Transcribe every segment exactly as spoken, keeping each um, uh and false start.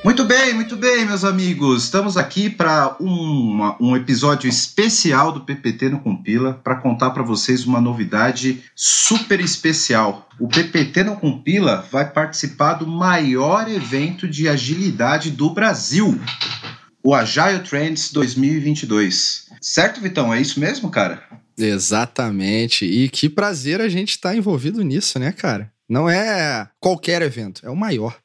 Muito bem, muito bem, meus amigos. Estamos aqui para um, um episódio especial do P P T no Compila para contar para vocês uma novidade super especial. O P P T no Compila vai participar do maior evento de agilidade do Brasil, o Agile Trends dois mil e vinte e dois. Certo, Vitão? É isso mesmo, cara? Exatamente. E que prazer a gente estar envolvido nisso, né, cara? Não é qualquer evento, é o maior.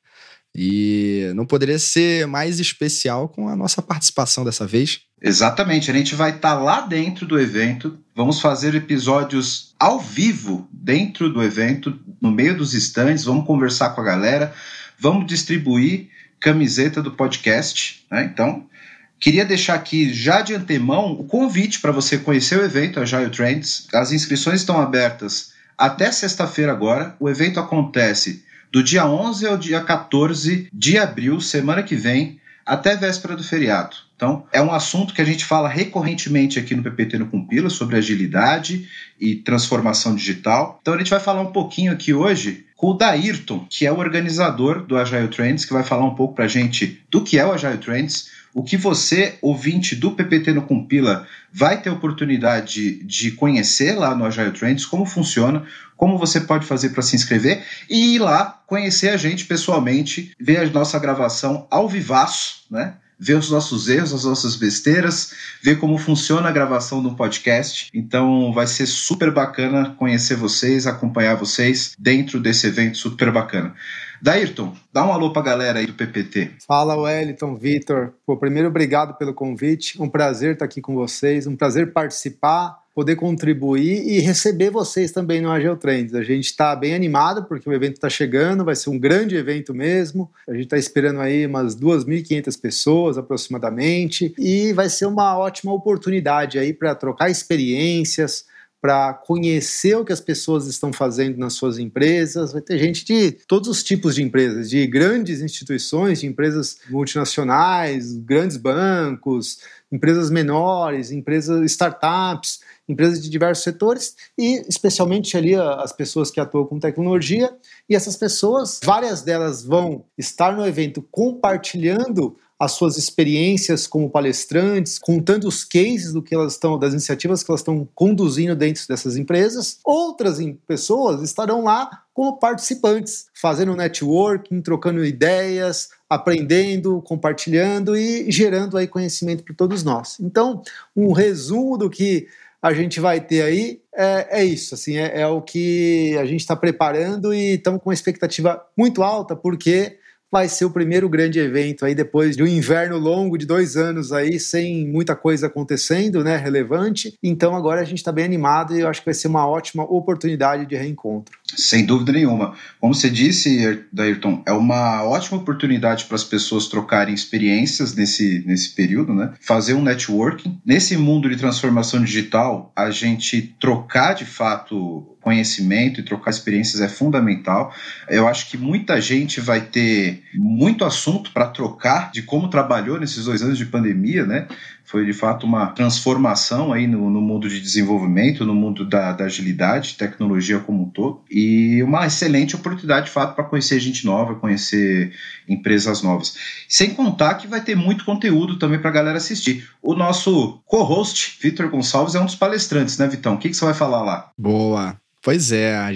E não poderia ser mais especial com a nossa participação dessa vez. Exatamente, a gente vai estar lá dentro do evento, vamos fazer episódios ao vivo dentro do evento, no meio dos stands, vamos conversar com a galera, vamos distribuir camiseta do podcast, né? Então, queria deixar aqui já de antemão o convite para você conhecer o evento Agile Trends. As inscrições estão abertas até sexta-feira agora, o evento acontece do dia onze ao dia quatorze de abril, semana que vem, até véspera do feriado. Então, é um assunto que a gente fala recorrentemente aqui no P P T no Compila, sobre agilidade e transformação digital. Então, a gente vai falar um pouquinho aqui hoje com o Dairton, que é o organizador do Agile Trends, que vai falar um pouco para a gente do que é o Agile Trends, o que você, ouvinte do P P T no Compila, vai ter oportunidade de conhecer lá no Agile Trends, como funciona, como você pode fazer para se inscrever e ir lá conhecer a gente pessoalmente, ver a nossa gravação ao vivaço, né? Ver os nossos erros, as nossas besteiras, ver como funciona a gravação do podcast. Então vai ser super bacana conhecer vocês, acompanhar vocês dentro desse evento super bacana. Dairton, dá um alô pra galera aí do P P T. Fala, Wellington, Vitor. Pô, primeiro, obrigado pelo convite. Um prazer estar aqui com vocês, um prazer participar, poder contribuir e receber vocês também no Agile Trends. A gente está bem animado porque o evento está chegando, vai ser um grande evento mesmo. A gente está esperando aí umas duas mil e quinhentas pessoas aproximadamente e vai ser uma ótima oportunidade aí para trocar experiências, para conhecer o que as pessoas estão fazendo nas suas empresas. Vai ter gente de todos os tipos de empresas, de grandes instituições, de empresas multinacionais, grandes bancos, empresas menores, empresas startups, empresas de diversos setores e especialmente ali as pessoas que atuam com tecnologia. E essas pessoas, várias delas vão estar no evento compartilhando as suas experiências como palestrantes, contando os cases do que elas estão, das iniciativas que elas estão conduzindo dentro dessas empresas. Outras pessoas estarão lá como participantes, fazendo networking, trocando ideias, aprendendo, compartilhando e gerando aí conhecimento para todos nós. Então, um resumo do que a gente vai ter aí é, é isso, assim, é, é o que a gente está preparando e estamos com uma expectativa muito alta, porque vai ser o primeiro grande evento aí depois de um inverno longo de dois anos aí, sem muita coisa acontecendo, né, relevante. Então agora a gente está bem animado e eu acho que vai ser uma ótima oportunidade de reencontro. Sem dúvida nenhuma. Como você disse, Dairton, é uma ótima oportunidade para as pessoas trocarem experiências nesse, nesse período, né? Fazer um networking. Nesse mundo de transformação digital, a gente trocar de fato conhecimento e trocar experiências é fundamental. Eu acho que muita gente vai ter muito assunto para trocar de como trabalhou nesses dois anos de pandemia, né? Foi de fato uma transformação aí no, no mundo de desenvolvimento, no mundo da, da agilidade, tecnologia como um todo, e uma excelente oportunidade de fato para conhecer gente nova, conhecer empresas novas. Sem contar que vai ter muito conteúdo também para a galera assistir. O nosso co-host, Vitor Gonçalves, é um dos palestrantes, né, Vitão? O que, que você vai falar lá? Boa! Pois é, a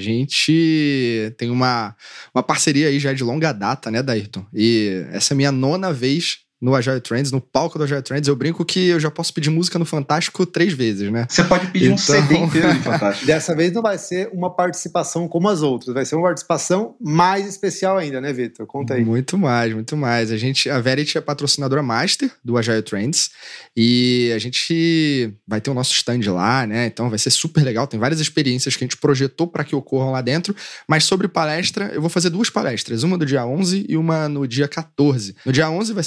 gente tem uma, uma parceria aí já de longa data, né, Dairton? E essa é a minha nona vez no Agile Trends, no palco do Agile Trends. Eu brinco que eu já posso pedir música no Fantástico três vezes, né? Você pode pedir então... um C D inteiro no Fantástico. Dessa vez não vai ser uma participação como as outras, vai ser uma participação mais especial ainda, né, Vitor? Conta aí. Muito mais, muito mais. A gente, a Verity é patrocinadora master do Agile Trends e a gente vai ter o nosso stand lá, né? Então vai ser super legal. Tem várias experiências que a gente projetou para que ocorram lá dentro, mas sobre palestra, eu vou fazer duas palestras, uma do dia onze e uma no dia quatorze. No dia onze vai ser na Arena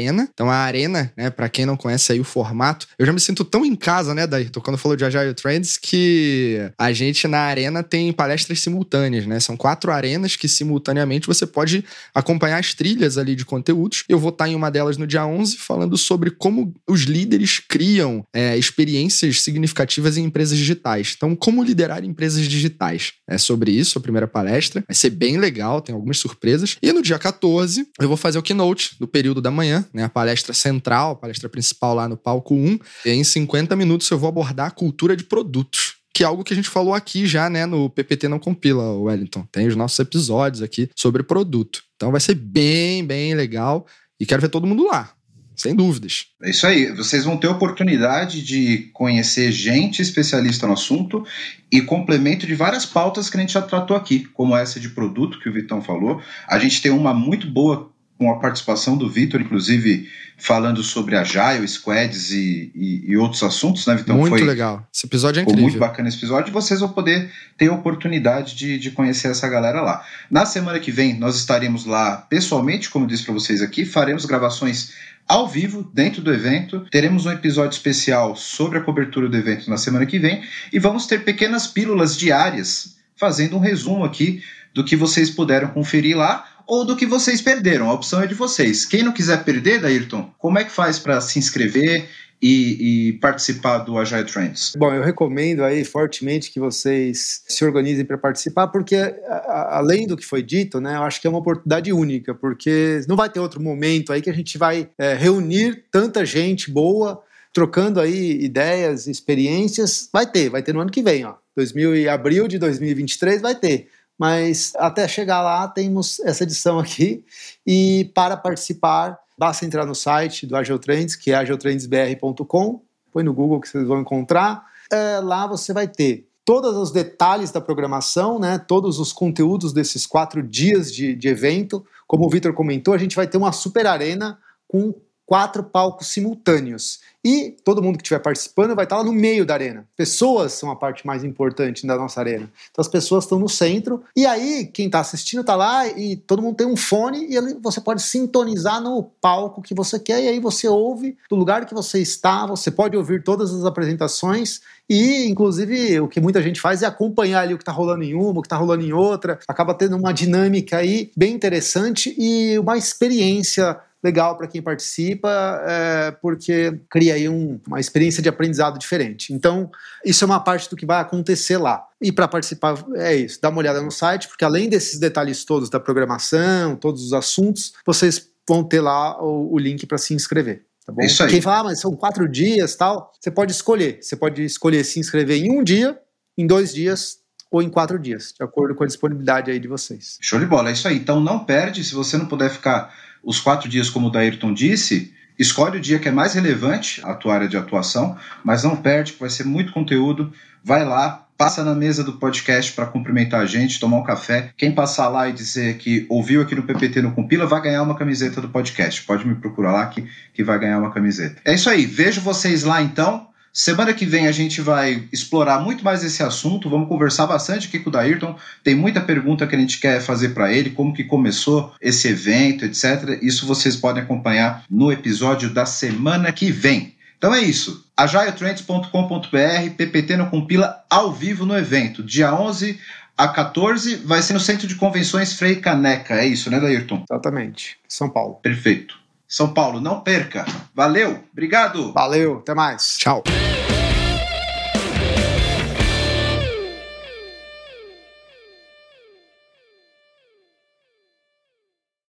Arena. Então a Arena, né, pra quem não conhece aí o formato, eu já me sinto tão em casa, né, Dairton, quando falou de Agile Trends, que a gente na Arena tem palestras simultâneas, né? São quatro arenas que simultaneamente você pode acompanhar as trilhas ali de conteúdos. Eu vou estar em uma delas no dia onze falando sobre como os líderes criam é, experiências significativas em empresas digitais. Então, como liderar empresas digitais. É sobre isso a primeira palestra. Vai ser bem legal, tem algumas surpresas. E no dia quatorze, eu vou fazer o keynote do período da manhã, né? A palestra central, a palestra principal lá no palco um. E em cinquenta minutos eu vou abordar a cultura de produtos, que é algo que a gente falou aqui já, né, no P P T Não Compila, Wellington. Tem os nossos episódios aqui sobre produto. Então vai ser bem, bem legal e quero ver todo mundo lá, sem dúvidas. É isso aí, vocês vão ter oportunidade de conhecer gente especialista no assunto e complemento de várias pautas que a gente já tratou aqui, como essa de produto que o Vitão falou. A gente tem uma muito boa com a participação do Vitor, inclusive falando sobre Agile, Squads e, e, e outros assuntos, né, Vitão? Muito Foi, legal. Esse episódio é foi incrível. muito bacana esse episódio e vocês vão poder ter a oportunidade de, de conhecer essa galera lá. Na semana que vem, nós estaremos lá pessoalmente, como eu disse para vocês aqui, faremos gravações ao vivo dentro do evento, teremos um episódio especial sobre a cobertura do evento na semana que vem e vamos ter pequenas pílulas diárias fazendo um resumo aqui do que vocês puderam conferir lá ou do que vocês perderam. A opção é de vocês. Quem não quiser perder, Dairton, como é que faz para se inscrever e, e participar do Agile Trends? Bom, eu recomendo aí fortemente que vocês se organizem para participar, porque a, a, além do que foi dito, né, eu acho que é uma oportunidade única, porque não vai ter outro momento aí que a gente vai é, reunir tanta gente boa, trocando aí ideias, experiências. Vai ter, vai ter no ano que vem, ó. dois mil e abril de dois mil e vinte e três vai ter. Mas até chegar lá temos essa edição aqui e para participar basta entrar no site do Agile Trends, que é agile trends b r ponto com, põe no Google que vocês vão encontrar. É, lá você vai ter todos os detalhes da programação, né, todos os conteúdos desses quatro dias de, de evento. Como o Vitor comentou, a gente vai ter uma super arena com quatro palcos simultâneos. E todo mundo que estiver participando vai estar lá no meio da arena. Pessoas são a parte mais importante da nossa arena. Então as pessoas estão no centro. E aí quem está assistindo está lá e todo mundo tem um fone e você pode sintonizar no palco que você quer. E aí você ouve do lugar que você está. Você pode ouvir todas as apresentações. E inclusive o que muita gente faz é acompanhar ali o que está rolando em uma, o que está rolando em outra. Acaba tendo uma dinâmica aí bem interessante e uma experiência legal para quem participa, é, porque cria aí um, uma experiência de aprendizado diferente. Então, isso é uma parte do que vai acontecer lá. E para participar, é isso, dá uma olhada no site, porque além desses detalhes todos da programação, todos os assuntos, vocês vão ter lá o, o link para se inscrever. Tá bom? Isso aí. Quem fala, ah, mas são quatro dias e tal, você pode escolher. Você pode escolher se inscrever em um dia, em dois dias ou em quatro dias, de acordo com a disponibilidade aí de vocês. Show de bola, é isso aí. Então não perde, se você não puder ficar os quatro dias como o Dairton disse, escolhe o dia que é mais relevante à tua área de atuação, mas não perde, que vai ser muito conteúdo. Vai lá, passa na mesa do podcast para cumprimentar a gente, tomar um café. Quem passar lá e dizer que ouviu aqui no P P T no Compila vai ganhar uma camiseta do podcast. Pode me procurar lá que, que vai ganhar uma camiseta. É isso aí, vejo vocês lá então. Semana que vem a gente vai explorar muito mais esse assunto, vamos conversar bastante aqui com o Dairton, tem muita pergunta que a gente quer fazer para ele, como que começou esse evento, etcétera. Isso vocês podem acompanhar no episódio da semana que vem. Então é isso, agile trends ponto com ponto b r, P P T no Compila ao vivo no evento, dia onze a quatorze, vai ser no Centro de Convenções Frei Caneca, é isso, né, Dairton? Exatamente, São Paulo. Perfeito. São Paulo, não perca. Valeu, obrigado. Valeu, até mais. Tchau.